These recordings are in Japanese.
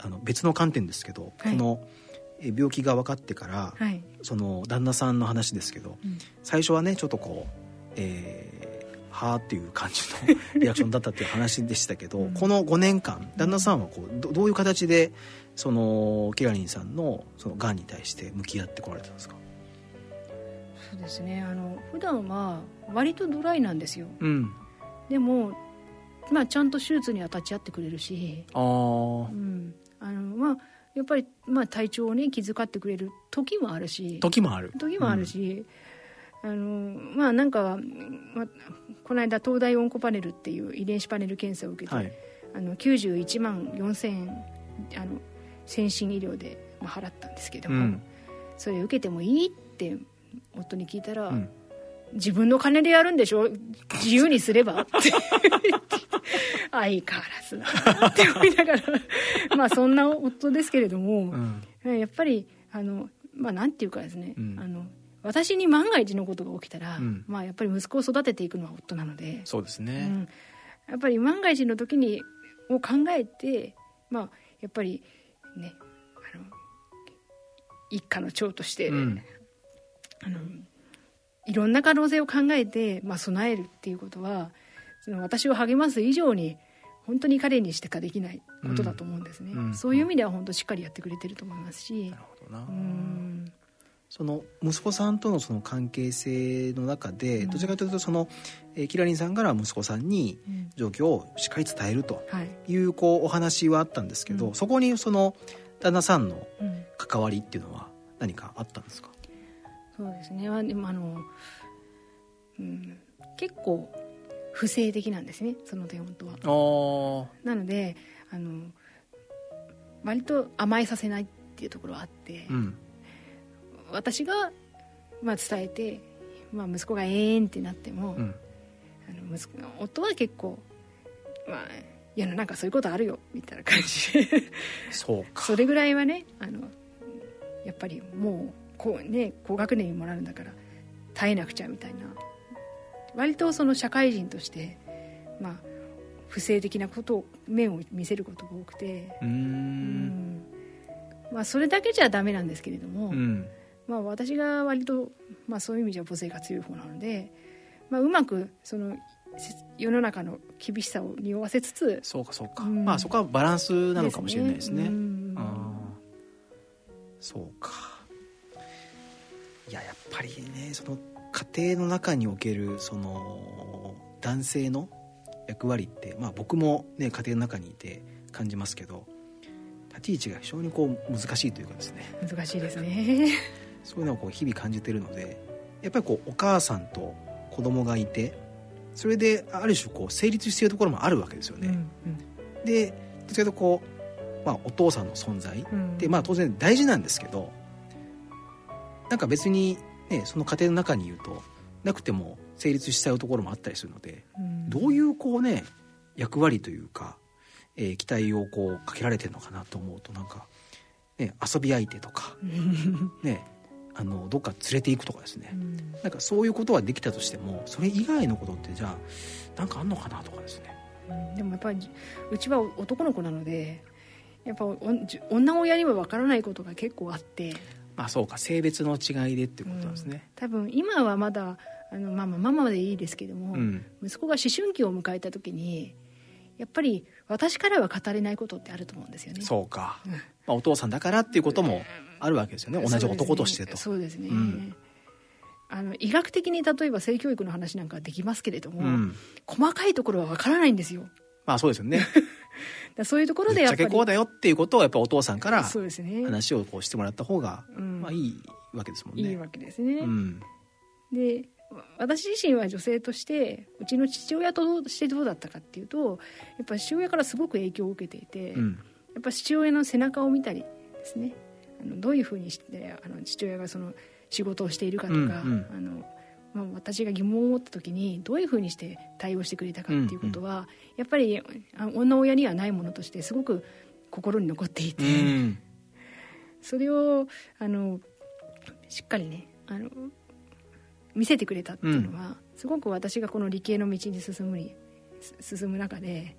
別の観点ですけど、はい、この病気が分かってから、はい、その旦那さんの話ですけど、最初はねちょっとこう、はーっていう感じのリアクションだったっていう話でしたけど、この5年間旦那さんはこうどういう形でそのキラリンさんのそのがんに対して向き合ってこられたんですか？ そうですね、普段は割とドライなんですよ、でも、ちゃんと手術には立ち会ってくれるし、やっぱり、体調をね気遣ってくれる時もあるし、なんか、この間東大オンコパネルっていう遺伝子パネル検査を受けて、はい、91万4000円先進医療で、払ったんですけども、それ受けてもいいって夫に聞いたら、自分の金でやるんでしょ、自由にすればって相変わらずなって思いながらそんな夫ですけれども、やっぱりなんていうかですね、私に万が一のことが起きたら、やっぱり息子を育てていくのは夫なので、 そうですね、 やっぱり万が一の時にを考えて、やっぱりね、一家の長として、いろんな可能性を考えて、備えるっていうことは、その私を励ます以上に本当に彼にしかできないことだと思うんですね、そういう意味では本当しっかりやってくれてると思いますし。 なるほどな。その息子さんとのその関係性の中で、どちらかというとその、キラリンさんから息子さんに状況をしっかり伝えるという、こうお話はあったんですけど、そこにその旦那さんの関わりっていうのは何かあったんですか？ そうですね、でも結構不正的なんですね、その点夫は。なので割と甘えさせないっていうところはあって、私が伝えて、息子がってなっても、夫は結構いやなんかそういうことあるよみたいな感じでそうか、 それぐらいはね、やっぱりもう高学年にもらうんだから耐えなくちゃみたいな、割とその社会人として不正的なことを面を見せることが多くて、それだけじゃダメなんですけれども、私が割と、そういう意味じゃ母性が強い方なので、うまくその世の中の厳しさを匂わせつつ、 そうか、そこはバランスなのかもしれないですね。そうか。やっぱりね、その家庭の中におけるその男性の役割って、僕もね家庭の中にいて感じますけど、立ち位置が非常にこう難しいというかですね。 難しいですね。 そういうのをこう日々感じているので、やっぱりこうお母さんと子供がいて、それである種こう成立しているところもあるわけですよね。で、どちらかというとこう、お父さんの存在って、当然大事なんですけど、なんか別にね、その家庭の中にいるとなくても成立しちゃうところもあったりするので、どういうこうね役割というか、期待をこうかけられてるのかなと思うと、なんか、ね、遊び相手とかね、どっか連れていくとかですね、なんかそういうことはできたとしても、それ以外のことってじゃあなんかあんのかなとかですね。 でもやっぱりうちは男の子なので、やっぱ女親には分からないことが結構あって、 そうか、性別の違いでっていうことなんですね。 多分今はまだママでいいですけども、息子が思春期を迎えた時にやっぱり私からは語れないことってあると思うんですよね。 そうか、お父さんだからっていうこともあるわけですよね、同じ男としてと。 そうですね、医学的に例えば性教育の話なんかできますけれども、細かいところは分からないんですよ。 そうですよね。 そういうところでやっぱりぶっちゃけこうだよっていうことをやっぱお父さんから話をこうしてもらった方がいいわけですもんね。 いいわけですね。で、私自身は女性としてうちの父親としてどうだったかっていうと、やっぱ父親からすごく影響を受けていて、やっぱ父親の背中を見たりですね、どういうふうにして父親がその仕事をしているかとか、私が疑問を持った時にどういうふうにして対応してくれたかっていうことは、やっぱり女親にはないものとしてすごく心に残っていて、それをしっかりね見せてくれたっていうのは、すごく私がこの理系の道に進む中で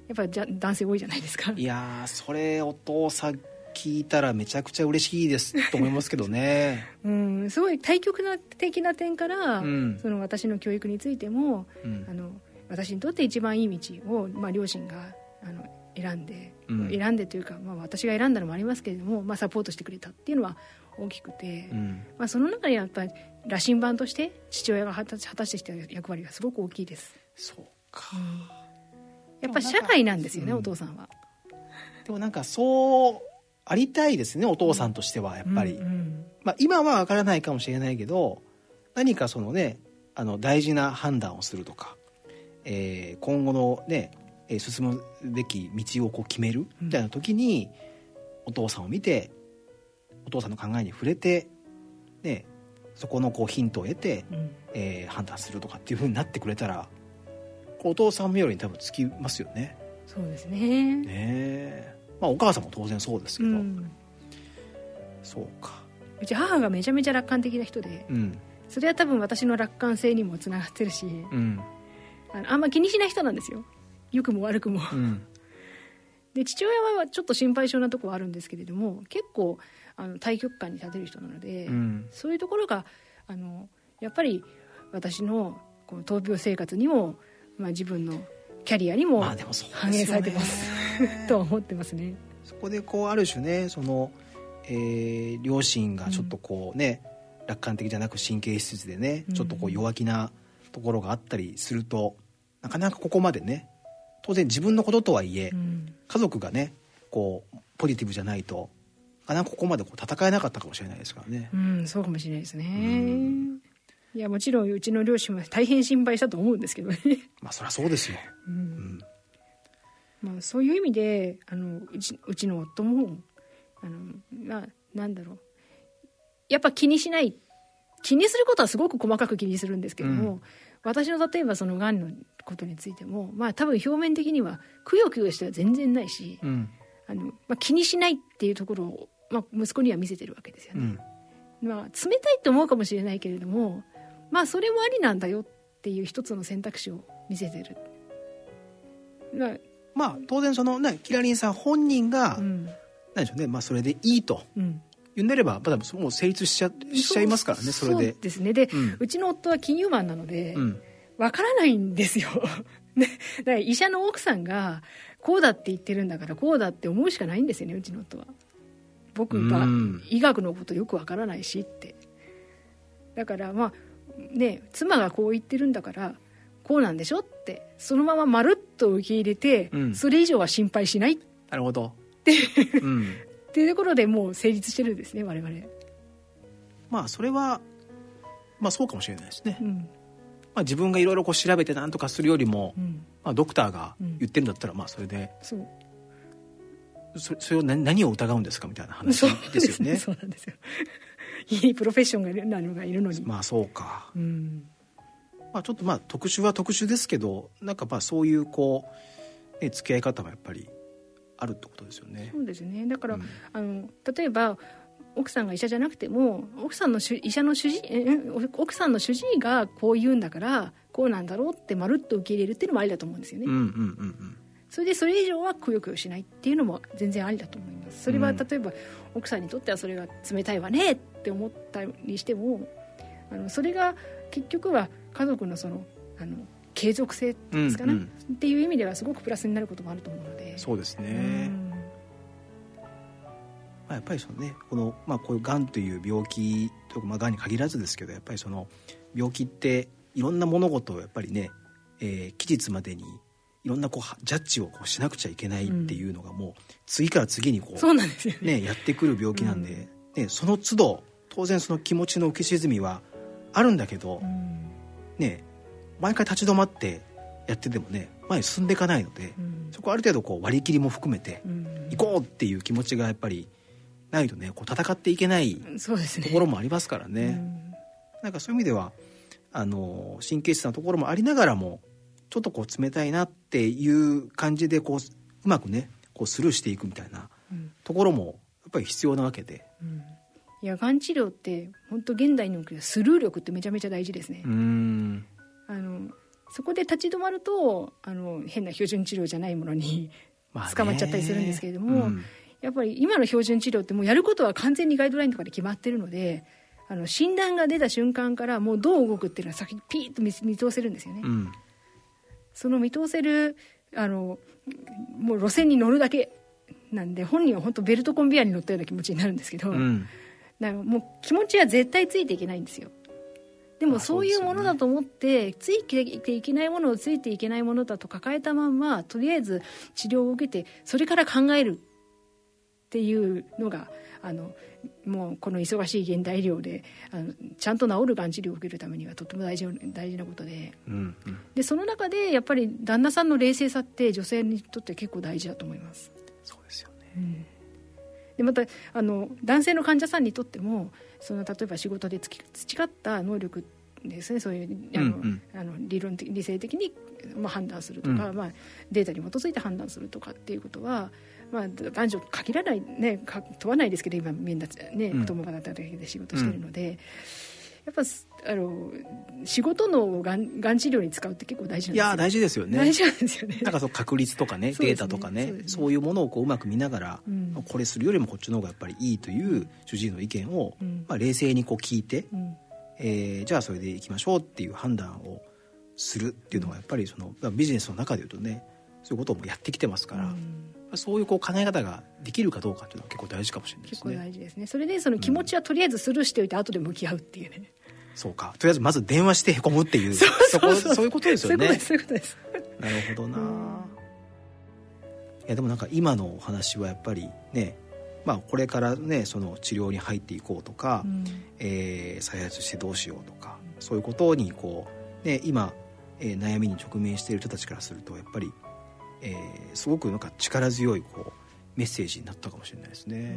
やっぱり男性多いじゃないですか。 いやそれお父さん聞いたらめちゃくちゃ嬉しいですと思いますけどねすごい対極的な点から、その私の教育についても、私にとって一番いい道を、両親が選んでというか、私が選んだのもありますけれども、サポートしてくれたっていうのは大きくて、その中でやっぱり羅針盤として父親が果たしてきた役割がすごく大きいです。 そうか、 やっぱり社会なんですよね、お父さんは。 でもなんかそうありたいですね、お父さんとしてはやっぱり、今は分からないかもしれないけど、何かそのね大事な判断をするとか、今後のね進むべき道を決めるみたいな時に、お父さんを見てお父さんの考えに触れて、ね、そこのヒントを得て、判断するとかっていう風になってくれたら、お父さん冥利に多分つきますよね。 そうですね。 ねえ、お母さんも当然そうですけど、そうか。 うち母がめちゃめちゃ楽観的な人で、それは多分私の楽観性にもつながってるし、あんま気にしない人なんですよ、良くも悪くも、で父親はちょっと心配性なところはあるんですけれども、結構対極観に立てる人なので、そういうところがやっぱり私のこの闘病生活にも、自分のキャリアにも反映されてます、とは思ってますね。 そこである種ね、その、両親がちょっと楽観的じゃなく神経質でね、ちょっと弱気なところがあったりすると、なかなかここまでね、当然自分のこととはいえ、家族がねポジティブじゃないとなかなかここまで戦えなかったかもしれないですからね。 そうかもしれないですね。いやもちろんうちの両親は大変心配したと思うんですけどねそりゃそうですよ、 そういう意味でうちの夫もなんだろう、やっぱ気にすることはすごく細かく気にするんですけども、私の例えばそのがんのことについても、多分表面的にはくよくよしては全然ないし、気にしないっていうところを、息子には見せてるわけですよね。冷たいと思うかもしれないけれども、それもありなんだよっていう一つの選択肢を見せてる。 当然そのキラリンさん本人が、何でしょうね、それでいいと、言うんであればもう成立しちゃいますからね。それでそうですね。で、うちの夫は金融マンなので、わからないんですよだから医者の奥さんがこうだって言ってるんだからこうだって思うしかないんですよね、うちの夫は。僕は医学のことよくわからないしって。だから妻がこう言ってるんだからこうなんでしょってそのまままるっと受け入れて、それ以上は心配しない。 なるほどってっていうところでもう成立してるんですね、我々。 それはそうかもしれないですね。自分がいろいろ調べて何とかするよりも、ドクターが言ってるんだったら、それでそれを何を疑うんですかみたいな話ですよね。 そうなんですよ。いいプロフェッショナルがいるのに。 そうか。ちょっと特殊は特殊ですけど、そういう付き合い方もやっぱりあるってことですよね。 そうですね。だから、例えば奥さんが医者じゃなくても奥さんの主治医がこう言うんだからこうなんだろうってまるっと受け入れるっていうのもありだと思うんですよね。それ以上はくよくよしないっていうのも全然ありだと思います。それは例えば、奥さんにとってはそれが冷たいわねって思ったりしても、それが結局は家族の継続性ですかね、っていう意味ではすごくプラスになることもあると思うので。 そうですね。やっぱりこういうがんという病気とか、がんに限らずですけど、やっぱり病気っていろんな物事をやっぱりね、期日までにいろんなジャッジをしなくちゃいけないっていうのがもう次から次にそうなんですよね、 やってくる病気なんで、その都度当然その気持ちの浮き沈みはあるんだけど、毎回立ち止まってやっててもね前に進んでいかないので、そこある程度割り切りも含めて行こうっていう気持ちがやっぱりないとね戦っていけないところもありますからね。そういう意味では神経質なところもありながらもちょっと冷たいなっていう感じでうまくねスルーしていくみたいなところもやっぱり必要なわけで、 いやがん治療って本当現代におけるスルー力ってめちゃめちゃ大事ですね。 そこで立ち止まると変な標準治療じゃないものに捕まっちゃったりするんですけれども、やっぱり今の標準治療ってもうやることは完全にガイドラインとかで決まってるので、診断が出た瞬間からもうどう動くっていうのは先ピーッと見通せるんですよね、その見通せるもう路線に乗るだけなんで、本人は本当ベルトコンベヤーに乗ったような気持ちになるんですけど、だからもう気持ちは絶対ついていけないんですよ。でもそういうものだと思ってついていけないものをついていけないものだと抱えたまんま、とりあえず治療を受けてそれから考えるっていうのがもうこの忙しい現代医療でちゃんと治るがん治療を受けるためにはとても大事なことで、でその中でやっぱり旦那さんの冷静さって女性にとって結構大事だと思います。 そうですよね、 でまた男性の患者さんにとっても例えば仕事で培った能力ですね、そういう理性的に、判断するとか、データに基づいて判断するとかっていうことは、男女限らないね、問わないですけど、今みんなね、共働きで仕事してるので、やっぱ仕事のがん治療に使うって結構大事なんですよ。いや大事ですよね。大事なんですよね。 なんか確率とかね、データとかね、そういうものをうまく見ながら、これするよりもこっちの方がやっぱりいいという主治医の意見を、冷静に聞いて、じゃあそれでいきましょうっていう判断をするっていうのがやっぱりビジネスの中でいうとね、そういうこともやってきてますから、そういう考え方ができるかどうかっていうのは結構大事かもしれないですね。 結構大事ですね。それで気持ちはとりあえずスルーしておいて後で向き合うっていうね。 そうか、とりあえずまず電話してへこむっていう、そういうことですよね。そういうことです。なるほどな。いやでもなんか今のお話はやっぱりね、これからねその治療に入っていこうとか、再発してどうしようとか、そういうことに今、悩みに直面している人たちからするとやっぱり、すごくなんか力強いメッセージになったかもしれないですね。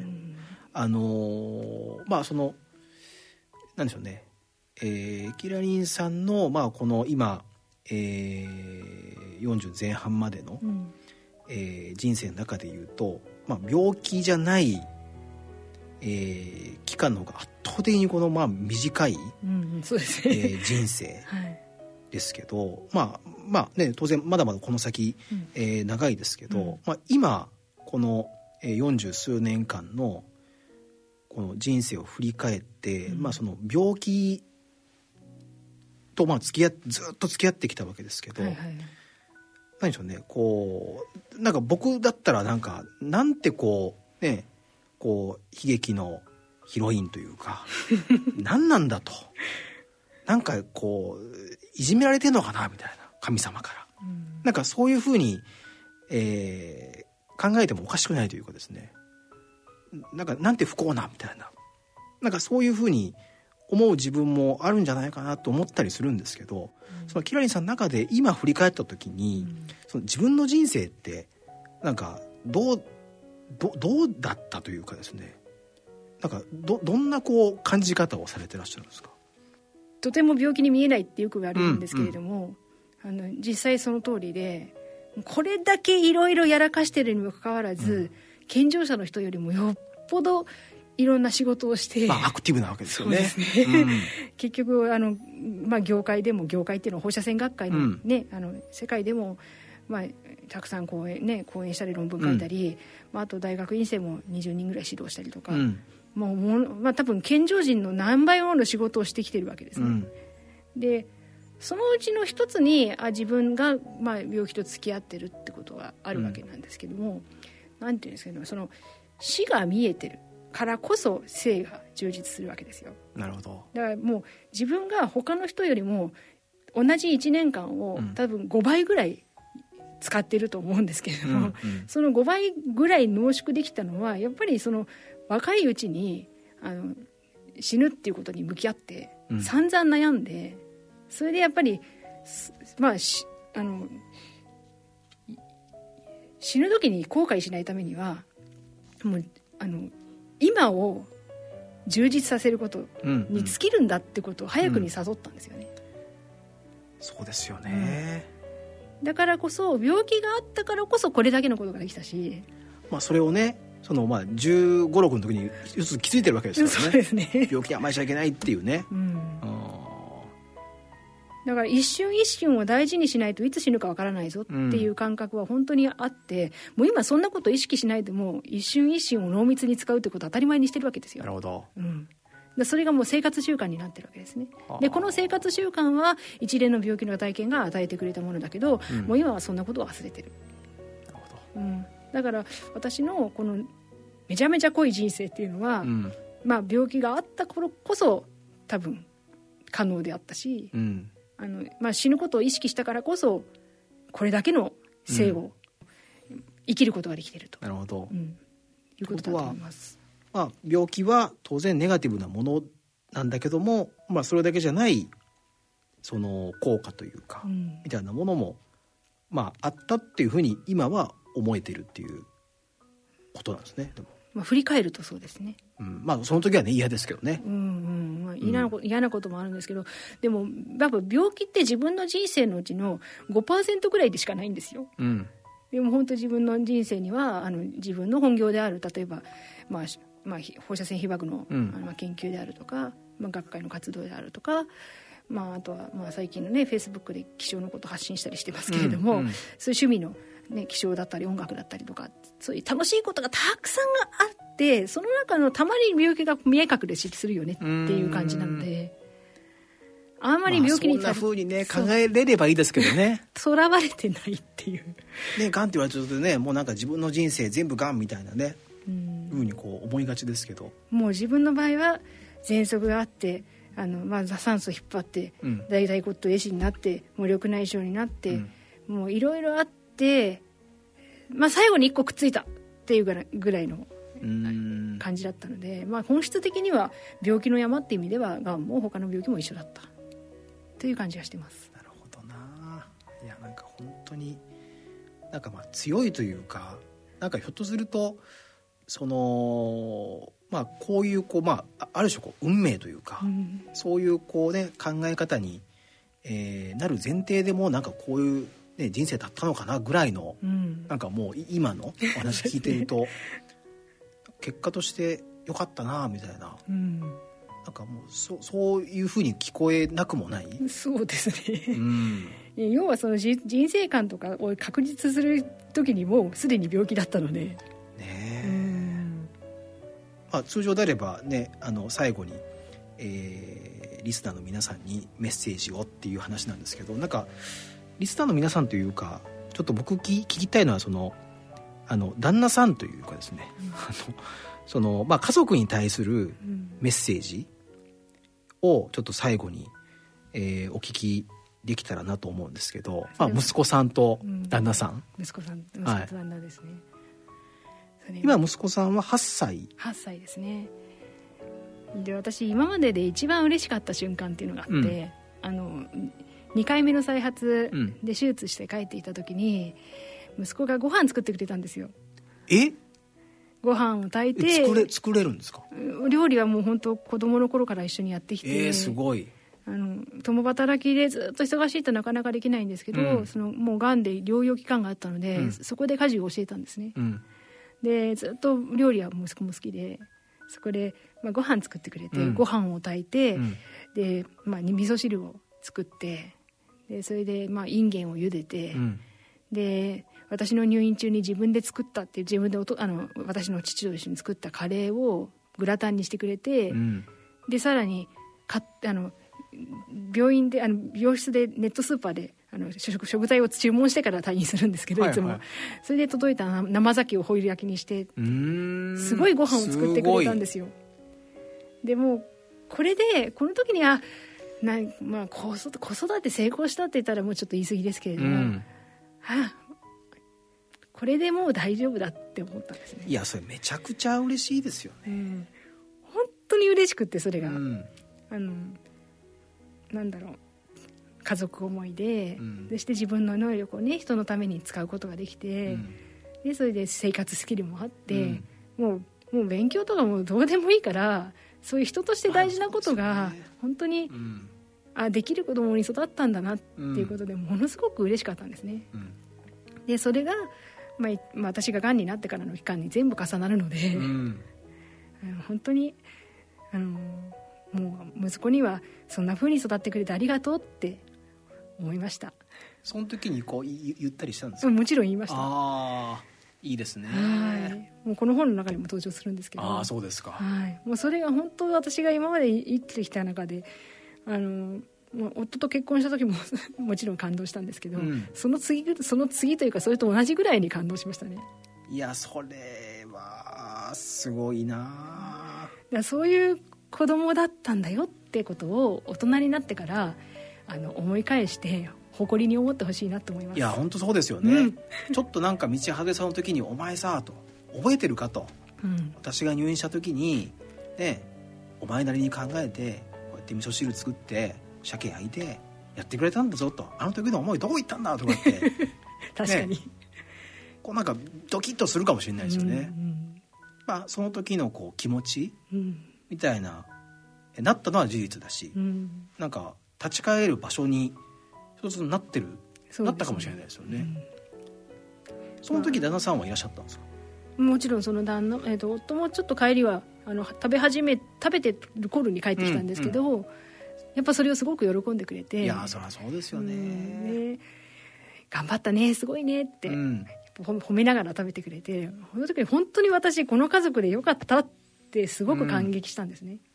なんでしょうね、キラリンさんの、この今、40前半までの、人生の中でいうと、病気じゃない、期間の方が圧倒的に短い、 そうですね、 人生ですけど、当然まだまだこの先、長いですけど、今この40数年間のこの人生を振り返って、その病気とずっと付き合ってきたわけですけど、何でしょうね、なんか僕だったらなんて悲劇のヒロインというか何なんだと、なんかいじめられてんのかなみたいな、神様から、なんかそういうふうに、考えてもおかしくないというかですね、なんて不幸なみたいな、なんかそういうふうに思う自分もあるんじゃないかなと思ったりするんですけど、そのキラリンさんの中で今振り返った時に、その自分の人生ってなんかどうだったというかですね、なんかどんな感じ方をされてらっしゃるんですか？ とても病気に見えないってよく言われるんですけれども、実際その通りで、これだけいろいろやらかしてるにもかかわらず、健常者の人よりもよっぽどいろんな仕事をして、 アクティブなわけですよね。 そうですね、結局業界っていうのは放射線学会の、世界でも、たくさん講演したり論文書いたり、あと大学院生も20人ぐらい指導したりとか、多分健常人の何倍もの仕事をしてきてるわけですね。でそのうちの一つに自分が病気と付き合ってるってことがあるわけなんですけども、なんていうんですけど、その死が見えてるからこそ生が充実するわけですよ。 なるほど。 だからもう自分が他の人よりも同じ1年間を多分5倍ぐらい使ってると思うんですけれども、その5倍ぐらい濃縮できたのはやっぱりその若いうちに死ぬっていうことに向き合って散々悩んで、それでやっぱり死ぬ時に後悔しないためにはもう今を充実させることに尽きるんだってことを早くに悟ったんですよね。 そうですよね、 だからこそ病気があったからこそこれだけのことができたし、 それをね15、6の時に気づいてるわけですからね。 そうですね、 病気に甘えちゃいけないっていうね、 だから一瞬一瞬を大事にしないといつ死ぬかわからないぞっていう感覚は本当にあって、もう今そんなこと意識しないでも一瞬一瞬を濃密に使うってことを当たり前にしてるわけですよ。 なるほど、 でそれがもう生活習慣になってるわけですね。でこの生活習慣は一連の病気の体験が与えてくれたものだけど、もう今はそんなことを忘れてる。 なるほど、 だから私のこのめちゃめちゃ濃い人生っていうのは、病気があった頃こそ多分可能であったし、死ぬことを意識したからこそこれだけの生を生きることができていると、 なるほど、 いうことだと思います。 病気は当然ネガティブなものなんだけども、それだけじゃないその効果というか、みたいなものもあったっていうふうに今は思えてるっていうことなんですね。でも振り返るとそうですね。 その時はね嫌ですけどね。 嫌なこともあるんですけど、でもやっぱ病気って自分の人生のうちの 5% ぐらいでしかないんですよ。でも本当自分の人生には自分の本業である、例えば放射線被曝の、研究であるとか、学会の活動であるとか、あとは最近のねフェイスブックで気象のことを発信したりしてますけれども、そういう趣味の、気象だったり音楽だったりとか、そういう楽しいことがたくさんあって、その中のたまに病気が見え隠れするよねっていう感じなので、あんまり病気にそんな風にね考えれればいいですけどね、 とらわれてないっていうね、がんって言われちゃうとね、もうなんか自分の人生全部がんみたいなね、ふうにこう思いがちですけど、 もう自分の場合は喘息があって、酸素引っ張って、大腿骨と壊死になって、もう緑内障になって、もういろいろあって、最後に1個くっついたっていうぐらいの感じだったので、本質的には病気の山っていう意味ではがんも他の病気も一緒だったという感じがしてます。 なるほどな。いやなんか本当になんか強いというか、なんかひょっとするとそのこういうある種運命というか、そういう考え方に、なる前提でもなんかこういう、人生だったのかなぐらいの、なんかもう今のお話聞いてると結果としてよかったなみたいな、なんかもうそういうふうに聞こえなくもない。 そうですね、要はその人生観とかを確立する時にもうすでに病気だったので通常であればね、最後に、リスナーの皆さんにメッセージをっていう話なんですけど、なんかリスナーの皆さんというか、ちょっと僕聞きたいのは旦那さんというかですね、家族に対するメッセージをちょっと最後に、お聞きできたらなと思うんですけど、息子さんと旦那さん、 息子と旦那ですね。 今息子さんは8歳ですね。で私今までで一番嬉しかった瞬間っていうのがあって、2回目の再発で手術して帰っていた時に、息子がご飯作ってくれたんですよ。ご飯を炊いて作れるんですか？ 料理はもう本当子供の頃から一緒にやってきて、 すごい。 共働きでずっと忙しいとなかなかできないんですけど、もうがんで療養期間があったので、そこで家事を教えたんですね。でずっと料理は息子も好きで、そこで、ご飯作ってくれて、ご飯を炊いて、で、味噌汁を作って、でそれで、インゲンを茹でて、で私の入院中に自分で作ったっていう、自分で私の父と一緒に作ったカレーをグラタンにしてくれて、でさらに病室でネットスーパーで食材を注文してから退院するんですけど、いつもそれで届いた生鮭をホイル焼きにして、すごいご飯を作ってくれたんですよ。でもこれでこの時に子育て成功したって言ったらもうちょっと言い過ぎですけれども、これでもう大丈夫だって思ったんですね。 いやそれめちゃくちゃ嬉しいですよね。 本当に嬉しくって、それが、なんだろう、家族思いで、そして自分の能力をね人のために使うことができて、でそれで生活スキルもあって、もう勉強とかもどうでもいいから、そういう人として大事なことが本当に、できる子供に育ったんだなっていうことで、ものすごく嬉しかったんですね。でそれが、私ががんになってからの期間に全部重なるので、本当にもう息子にはそんな風に育ってくれてありがとうって思いました。 その時にこう言ったりしたんですか？ もちろん言いました。 ああ、いいですね。 はい、もうこの本の中にも登場するんですけど。 ああ、そうですか。 はい、もうそれが本当私が今まで生きてきた中でもう夫と結婚した時ももちろん感動したんですけど、その次というかそれと同じぐらいに感動しましたね。 いや、それはすごいな。 そういう子供だったんだよってことを大人になってから思い返して誇りに思ってほしいなと思います。 いや本当そうですよね、ちょっとなんか道派さんの時にお前さと覚えてるかと、私が入院した時にね、お前なりに考えてこうやって味噌汁作って鮭焼いてやってくれたんだぞと、あの時の思いどこ行ったんだとかって確かに、 こうなんかドキッとするかもしれないですよね、まあ、その時のこう気持ち、みたいななったのは事実だし、なんか立ち返る場所に一つなってる、なったかもしれないですよね、その時旦那さんはいらっしゃったんですか？ もちろんその夫もちょっと帰りは食べてる頃に帰ってきたんですけど、やっぱそれをすごく喜んでくれて、 いやそりゃそうですよね、 頑張ったねすごいねって、褒めながら食べてくれて、その時に本当に私この家族でよかったってすごく感激したんですね、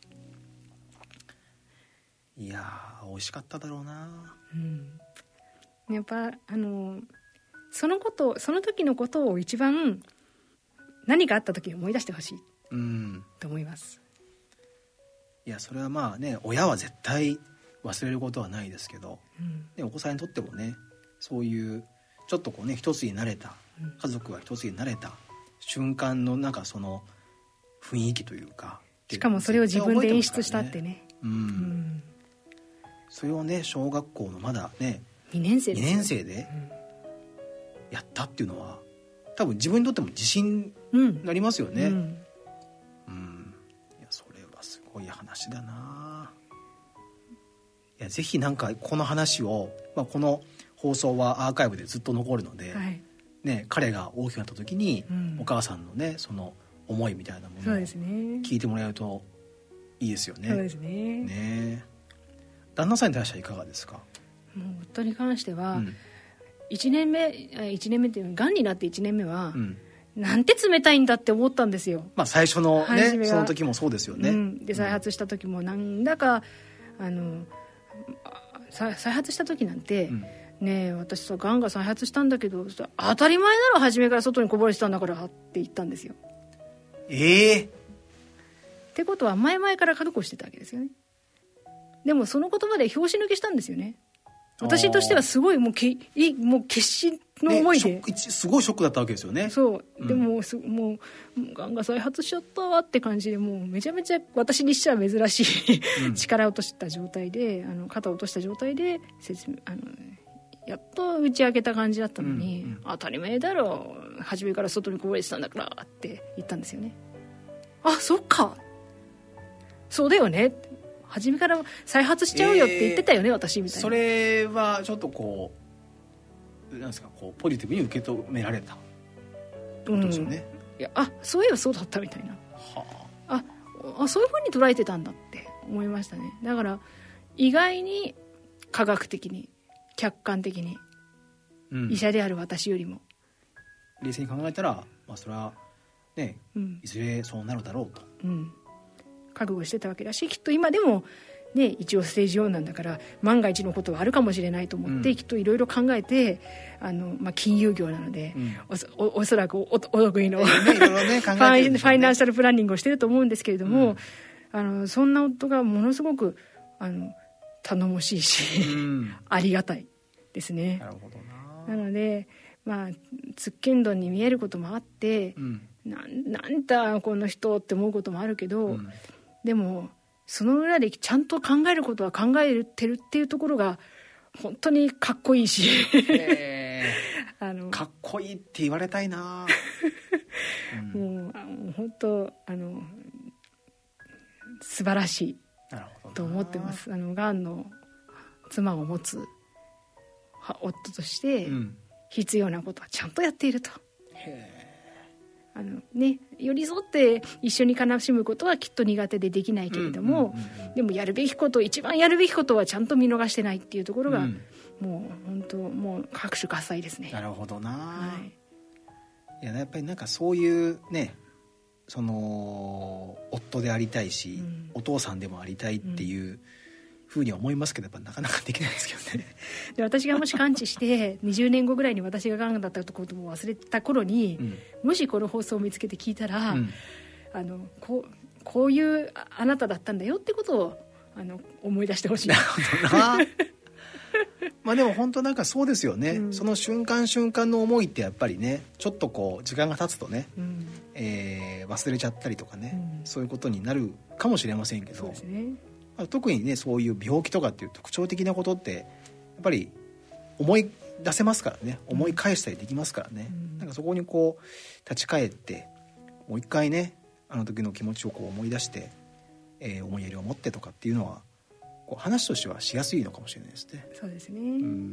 いや美味しかっただろうな、 やっぱその時のことを一番何かあった時に思い出してほしいと思います、 いやそれはまあね、親は絶対忘れることはないですけど、お子さんにとってもね、そういうちょっとこうね一つになれた、家族が一つになれた瞬間のなんかその雰囲気というか、 しかもそれを自分で演出したってね、 それをね小学校のまだね 2年生でやったっていうのは多分自分にとっても自信になりますよね、いやそれはすごい話だな。いやぜひなんかこの話を、この放送はアーカイブでずっと残るので、彼が大きくなった時に、お母さんのねその思いみたいなものを聞いてもらえるといいですよね。 そうですね。 旦那さんに対してはいかがですか？ もう夫に関しては、1年目っていうがんになって1年目は、なんて冷たいんだって思ったんですよ。 最初のねその時もそうですよね、 で再発した時もなんだか再発した時なんて、ねえ私さがんが再発したんだけど当たり前だろ、初めから外にこぼれてたんだからって言ったんですよ。ってことは前々から覚悟してたわけですよね。でもその言葉で拍子抜けしたんですよね。私としてはすごいもう決心の思いで、 すごいショックだったわけですよね。 そうでももうがんが再発しちゃったわって感じで、もうめちゃめちゃ私にしちゃ珍しい力を落とした状態で、肩を落とした状態でやっと打ち明けた感じだったのに、当たり前だろ初めから外にこぼれてたんだからって言ったんですよね。あ、そっかそうだよね、初めから再発しちゃうよって言ってたよね、私みたいな。 それはちょっとこうなんですか、こうポジティブに受け止められたってことですよね、 いやそういえばそうだったみたいな、そういう風に捉えてたんだって思いましたね。だから意外に科学的に客観的に、医者である私よりも冷静に考えたら、それはね、いずれそうなるだろうと、 覚悟してたわけだし、きっと今でも、ね、一応ステージ4なんだから万が一のことはあるかもしれないと思って、きっといろいろ考えて金融業なので、おそらくお得意の、ファイナンシャルプランニングをしてると思うんですけれども、そんな夫がものすごく頼もしいし、ありがたいですね。 なるほどな。 なのでつっけんどんに見えることもあって、なんだこの人って思うこともあるけど、でもその裏でちゃんと考えることは考えてるっていうところが本当にかっこいいし、 かっこいいって言われたいなもう本当素晴らしいと思ってます。がんの妻を持つ夫として必要なことはちゃんとやっていると。寄り添って一緒に悲しむことはきっと苦手でできないけれども、でも一番やるべきことはちゃんと見逃してないっていうところが、 もう本当もう拍手喝采ですね。 なるほどな、 はい、 いややっぱりなんかそういうね、その夫でありたいし、お父さんでもありたいっていうふうには思いますけど、やっぱなかなかできないですけどね。 で私がもし完治して20年後ぐらいに私ががんだったことも忘れた頃に、もしこの放送を見つけて聞いたら、こういうあなただったんだよってことを思い出してほしい。 なるほどなまあでも本当なんかそうですよね、その瞬間瞬間の思いってやっぱりね、ちょっとこう時間が経つとね、忘れちゃったりとかね、そういうことになるかもしれませんけど、 そうですね、 特にねそういう病気とかっていう特徴的なことってやっぱり思い出せますからね、思い返したりできますからね、なんかそこにこう立ち返ってもう一回ねあの時の気持ちをこう思い出して、思いやりを持ってとかっていうのはこう話としてはしやすいのかもしれないですね。 そうですね。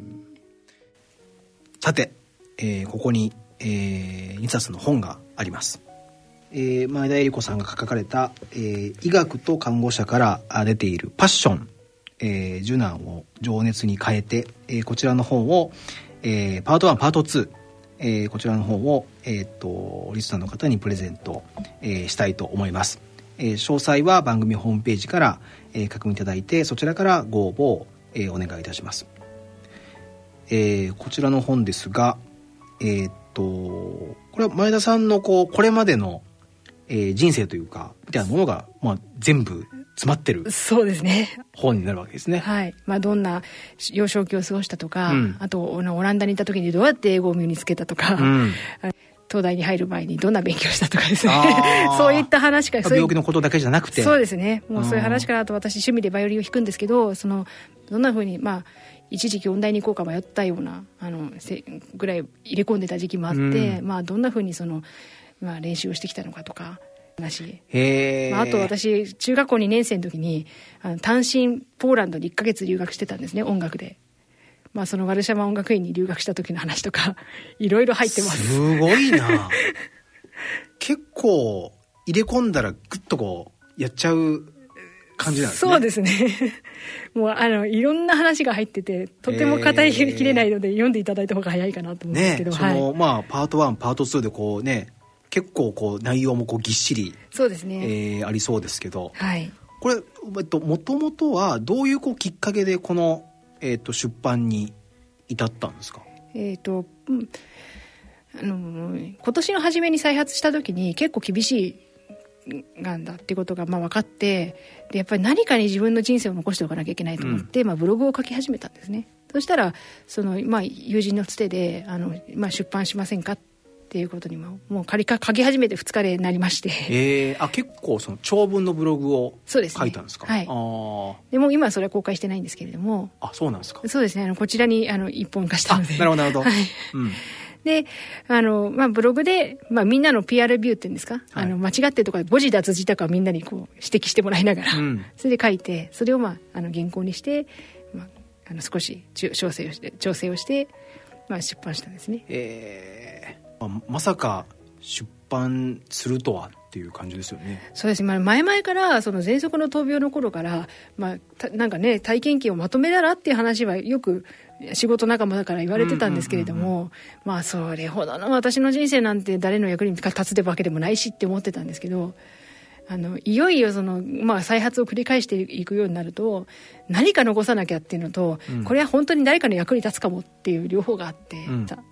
さて、ここに、2冊の本があります。前田恵理子さんが書かれた、医学と看護者から出ているパッション、受難を情熱に変えて、こちらの本を、パート1パート2、こちらの本を、リスナーの方にプレゼント、したいと思います。詳細は番組ホームページから、確認いただいて、そちらからご応募を、お願いいたします。こちらの本ですが、これは前田さんのこれまでの、人生というかみたいなものが、全部詰まってるそうですね本になるわけですね。 はい、どんな幼少期を過ごしたとか、あとオランダにいた時にどうやって英語を身につけたとか、東大に入る前にどんな勉強したとかですねそういった話から、 病気のことだけじゃなくて、 そうですね、もうそういう話から、あと私趣味でバイオリンを弾くんですけど、どんな風に一時期音大に行こうか迷ったようなぐらい入れ込んでた時期もあって、どんな風に練習をしてきたのかとか話、あと私中学校2年生の時に単身ポーランドに1ヶ月留学してたんですね、音楽で。そのワルシャワ音楽院に留学した時の話とかいろいろ入ってます。 すごいな結構入れ込んだらグッとこうやっちゃう感じなんですね。 そうですねもういろんな話が入っててとても語りきれないので、読んでいただいた方が早いかなと思うんですけど、 パート1パート2でこうね、結構こう内容もこうぎっしり、 そうですね、 ありそうですけど、 これもともとはどういうきっかけでこの、出版に至ったんですか？今年の初めに再発した時に結構厳しいがんだっていうことが分かって、でやっぱり何かに自分の人生を残しておかなきゃいけないと思って、ブログを書き始めたんですね。そしたら友人のつてで出版しませんかっていうことにもう書き始めて2日でなりまして、 結構その長文のブログを書いたんですか？ はい、でも今はそれは公開してないんですけれども。 そうなんですか？ そうですね、こちらに一本化したので。 なるほどなるほど、 でブログで、みんなの PR レビューっていうんですか、間違ってるとか誤字脱字とかみんなにこう指摘してもらいながら、それで書いて、それを原稿にして、少し調整をして、出版したんですね。 まさか出版するとはっていう感じですよね。 そうですね、前々から喘息の闘病の頃から、なんかね、体験記をまとめたらっていう話はよく仕事仲間だから言われてたんですけれども、それほどの私の人生なんて誰の役に立つわけでもないしって思ってたんですけど、いよいよ再発を繰り返していくようになると、何か残さなきゃっていうのと、これは本当に誰かの役に立つかもっていう両方があって、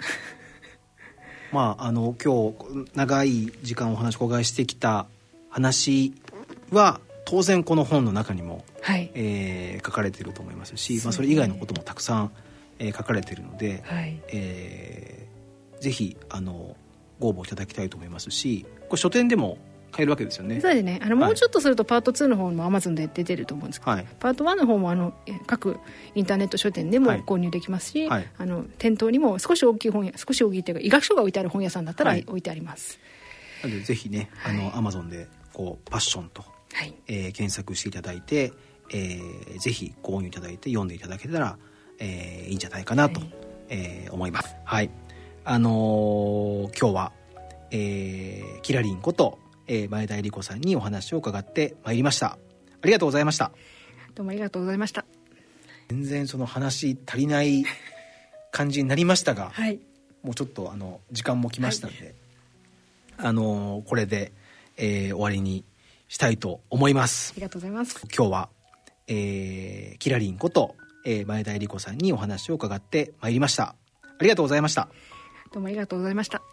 今日長い時間お話をお伺いしてきた話は当然この本の中にも、書かれていると思いますし、それ以外のこともたくさん、書かれているので、ぜひご応募いただきたいと思いますし、これ書店でも買えるわけですよね。 そうですね、もうちょっとするとパート2の方も Amazon で出てると思うんですけど、パート1の方も各インターネット書店でも購入できますし、店頭にも少し大きい本屋、少し大きいっていうか医学書が置いてある本屋さんだったら置いてあります。 なのでぜひね、Amazon でパッションと、検索していただいて、ぜひ購入いただいて読んでいただけたら、いいんじゃないかなと、思います。今日は、キラリンこと前田恵理子さんにお話を伺ってまいりました。ありがとうございました。 どうもありがとうございました。 全然その話足りない感じになりましたが、 はい、 もうちょっと時間も来ましたんで、はい、これで、終わりにしたいと思います。 ありがとうございます。 今日は、キラリンこと、前田恵理子さんにお話を伺ってまいりました。ありがとうございました。 どうもありがとうございました。